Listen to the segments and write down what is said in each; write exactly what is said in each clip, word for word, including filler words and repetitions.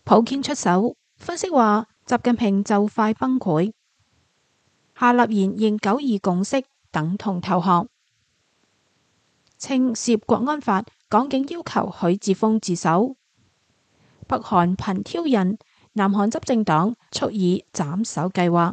普京出手，分析話習近平就快崩潰。夏立言認九二共識等同投降，稱涉國安法，港警要求許智峰自首。北韓頻挑釁，南韓執政黨促以斬首計劃。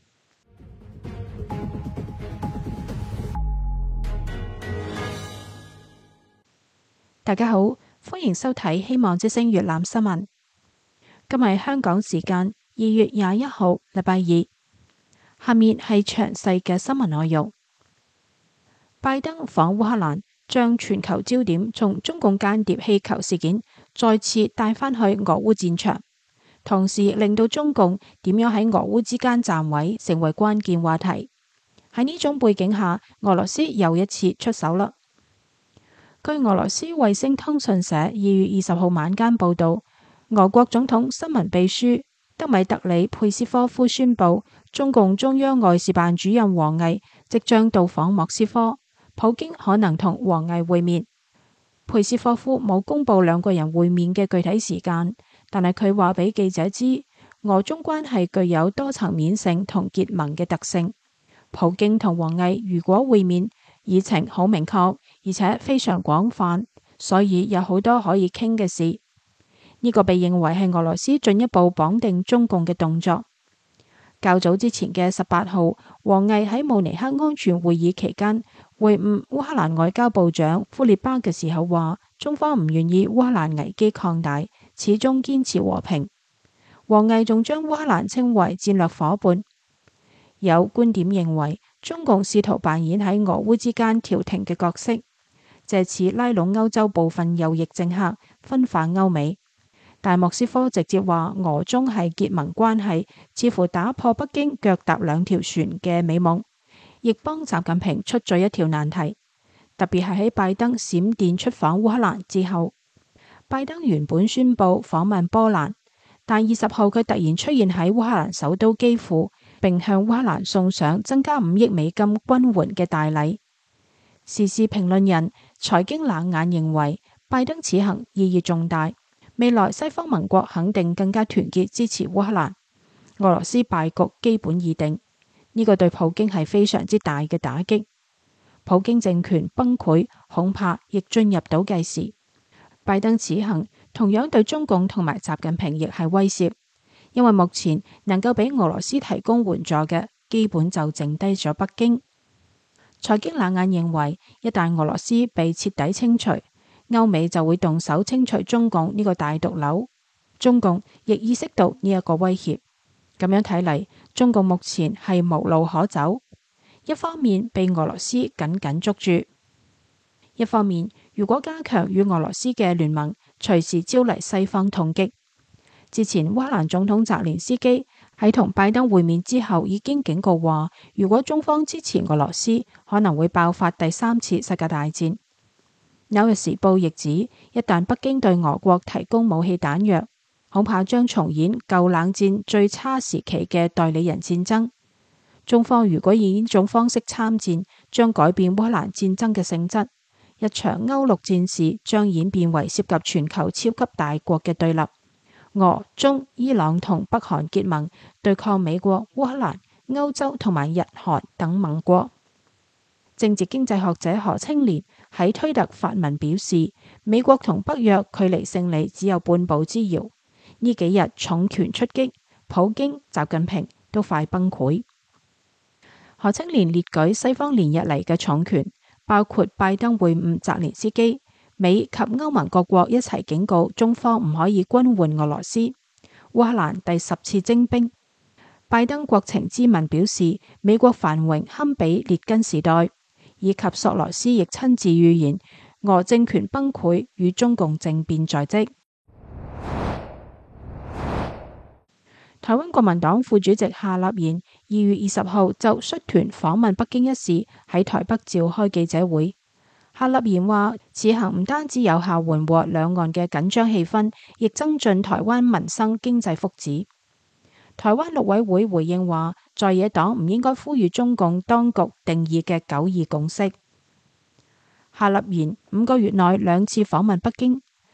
大家好，歡迎收睇希望之聲粵覽新聞。今日香港時間二月廿一號，禮拜二。下面係詳細嘅新聞內容。拜登訪烏克蘭，將全球焦點從中共間諜氣球事件再次帶返去俄烏戰場，同時令到中共點樣喺俄烏之間站位成為關鍵話題。喺呢種背景下，俄羅斯又一次出手啦。據俄羅斯衛星通訊社二月二十號晚間報道，俄國總統新聞秘書德米特里佩斯科夫宣布，中共中央外事辦主任王毅即將到訪莫斯科，普京可能同王毅會面。佩斯科夫冇公布兩個人會面嘅具體時間，但係佢話俾記者知，俄中關係具有多層面性同結盟嘅特性。普京同王毅如果會面，議程好明確，而且非常廣泛，所以有好多可以傾嘅事。呢個被認為係俄羅斯進一步綁定中共嘅動作。較早之前嘅十八號，王毅喺慕尼黑安全會議期間會晤烏克蘭外交部長庫列巴嘅時候話，中方唔願意烏克蘭危機擴大，始終堅持和平。王毅仲將烏克蘭稱為戰略夥伴。有觀點認為，中共試圖扮演喺俄烏之間調停嘅角色，借此拉攏歐洲部分右翼政客，分化歐美。但莫斯科直接話俄中係結盟關係，似乎打破北京腳踏兩條船嘅美夢，亦幫習近平出咗一條難題。特別係喺拜登閃電出訪烏克蘭之後，拜登原本宣布訪問波蘭，但二十號佢突然出現喺烏克蘭首都基輔，並向烏克蘭送上增加五億美金軍援嘅大禮。時事評論人財經冷眼認為，拜登此行意義重大。未來西方盟國肯定更加團結支持烏克蘭，俄羅斯敗局基本已定，呢、這個對普京係非常之大嘅打擊。普京政權崩潰恐怕亦進入倒計時。拜登此行同樣對中共同埋習近平亦係威懾，因為目前能夠俾俄羅斯提供援助嘅基本就剩低咗北京。財經冷眼認為，一旦俄羅斯被徹底清除，歐美就會動手清除中共呢個大毒瘤，中共亦意識到呢一個威脅。咁樣睇嚟，中共目前係無路可走，一方面被俄羅斯緊緊捉住，一方面如果加強與俄羅斯嘅聯盟，隨時招嚟西方痛擊。之前烏克蘭總統澤連斯基喺同拜登會面之後已經警告話，如果中方支持俄羅斯，可能會爆發第三次世界大戰。紐約時報亦指，一旦北京對俄國提供武器彈藥，恐怕將重演舊冷戰最差時期嘅代理人戰爭。中方如果以呢種方式參戰，將改變烏克蘭戰爭嘅性質，一場歐陸戰事將演變為涉及全球超級大國嘅對立，俄、中、伊朗同北韓結盟對抗美國、烏克蘭、歐洲同埋日韓等盟國。政治經濟學者何清漣喺推特發文表示，美國同北約距離勝利只有半步之遙。呢幾日重拳出擊，普京、習近平都快崩潰。何清漣列舉西方連日嚟嘅重拳，包括拜登會晤澤連斯基，美及歐盟各國一齊警告中方唔可以軍援俄羅斯，烏克蘭第十次徵兵。拜登國情咨文表示，美國繁榮堪比列根時代。以及索羅斯亦親自預言，俄政權崩潰與中共政變在即。台灣國民黨副主席夏立言二月二十號就率團訪問北京一事喺台北召開記者會。夏立言話，此行唔單止有效緩和兩岸嘅緊張氣氛，亦增進台灣民生經濟福祉。台灣陸委會回應話，在野黨唔應該呼籲中共當局定義嘅九二共識。夏立言五個月內兩次訪問北京，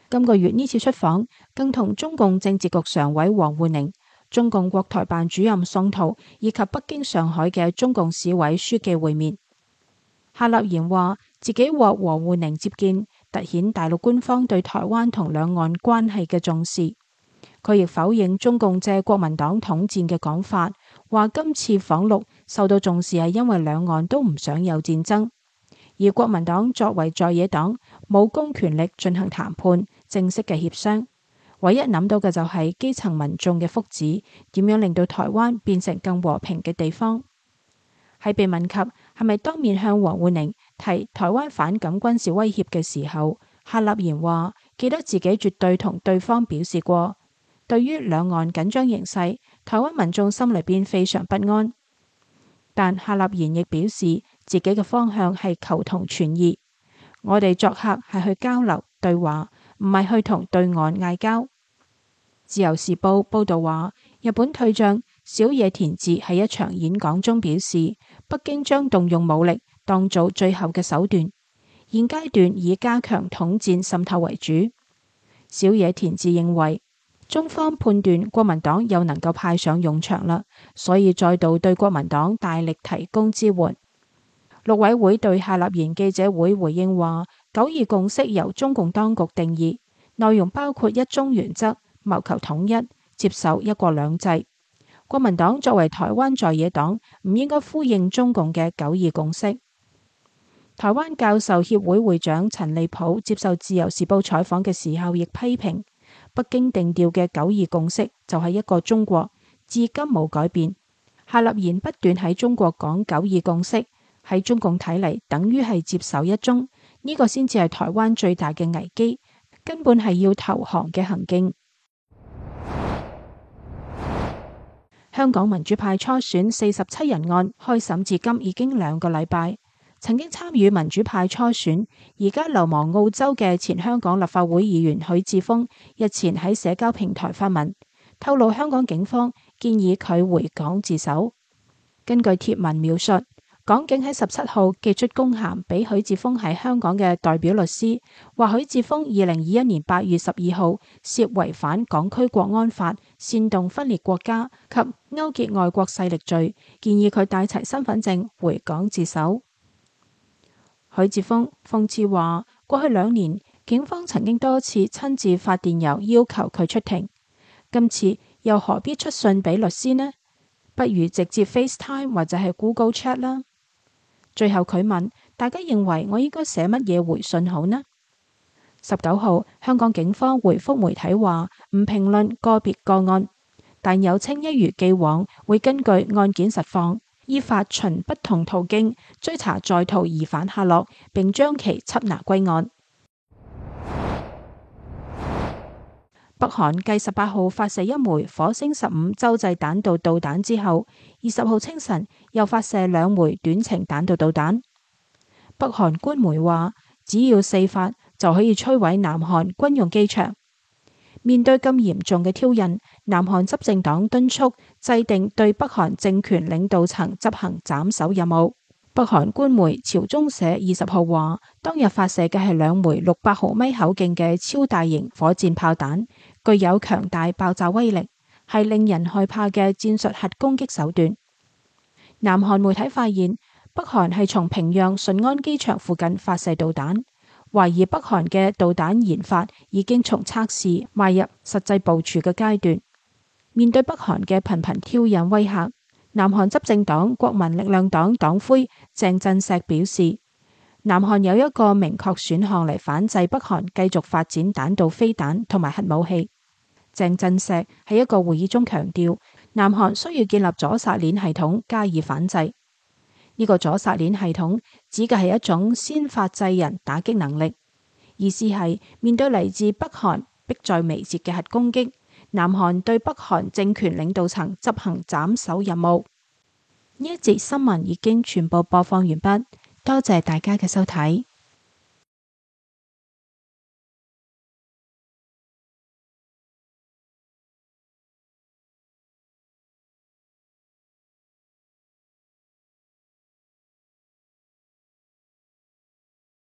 今個月呢次出訪，更同中共政治局常委王滬寧、中共國台辦主任宋濤以及北京、上海嘅中共市委書記會面。夏立言話自己獲王滬寧接見，凸顯大陸官方對台灣同兩岸關係嘅重視。佢亦否認中共借國民黨統戰嘅講法，話今次訪陸受到重視係因為兩岸都唔想有戰爭，而國民黨作為在野黨冇公權力進行談判正式嘅協商，唯一諗到嘅就係基層民眾嘅福祉，點樣令到台灣變成更和平嘅地方。喺被問及係咪當面向王滬寧提台灣反感軍事威脅嘅時候，夏立言話記得自己絕對同對方表示過，對於兩岸緊張形勢，台灣民眾心裏邊非常不安。但夏立言亦表示自己嘅方向係求同存異，我哋作客係去交流對話，唔係去同對岸嗌交。自由時報報道話，日本退將小野田治喺一場演講中表示，北京將動用武力當做最後嘅手段，現階段以加強統戰滲透為主。小野田治認為，中方判斷國民黨又能夠派上用場啦，所以再度對國民黨大力提供支援。陸委會對夏立言記者會回應話，九二共識由中共當局定義，內容包括一中原則，謀求統一，接受一國兩制。國民黨作為台灣在野黨，唔應該呼應中共嘅九二共識。台灣教授協會會長陳利普接受自由時報採訪嘅時候，亦批評北京定調嘅九二共識就係一個中國，至今冇改變。夏立言不斷喺中國講九二共識，喺中共睇嚟等於係接受一中，呢、這個先至係台灣最大嘅危機，根本係要投降嘅行徑。香港民主派初選四十七人案開審至今已經兩個禮拜，曾經參與民主派初選，而家流亡澳洲嘅前香港立法會議員許智峰日前喺社交平台發文，透露香港警方建議佢回港自首。根據貼文描述，港警喺十七號寄出公函俾許智峰喺香港嘅代表律師，話許智峰二零二一年八月十二號涉違反港區國安法、煽動分裂國家及勾結外國勢力罪，建議佢帶齊身份證回港自首。許智峰諷刺話，過去兩年警方曾經多次親自發電郵要求佢出庭，今次又何必出信俾律師呢？不如直接 FaceTime 或者係 Google Chat 啦。最後佢問大家認為我應該寫乜嘢回信好呢？十九號香港警方回覆媒體話唔評論個別個案，但有稱一如既往會根據案件實況，依法循不同途徑追查在逃疑犯下落，並將其緝拿歸案。北韓繼十八號發射一枚火星十五洲際彈道導彈之後，二十號清晨又發射兩枚短程彈道導彈。北韓官媒話，只要四發就可以摧毀南韓軍用機場。面對咁嚴重嘅挑釁，南韓執政黨敦促制定對北韓政權領導層執行斬首任務。北韓官媒朝中社二十號話，當日發射嘅係兩枚六百毫米口徑嘅超大型火箭炮彈，具有強大爆炸威力，係令人害怕嘅戰術核攻擊手段。南韓媒體發現，北韓係從平壤順安機場附近發射導彈，懷疑北韓嘅導彈研發已經從測試邁入實際部署嘅階段。面對北韓嘅頻頻挑釁威嚇，南韓執政黨國民力量黨黨魁鄭振石表示，南韓有一個明確選項嚟反制北韓繼續發展彈道飛彈同埋核武器。鄭振石喺一個會議中強調，南韓需要建立阻殺鏈系統加以反制。呢、這個阻殺鏈系統指嘅係一種先發制人打擊能力，意思係面對嚟自北韓迫在眉睫嘅核攻擊，南韓對北韓政權領導層執行斬首任務。呢一節新聞已經全部播放完畢，多謝大家嘅收睇。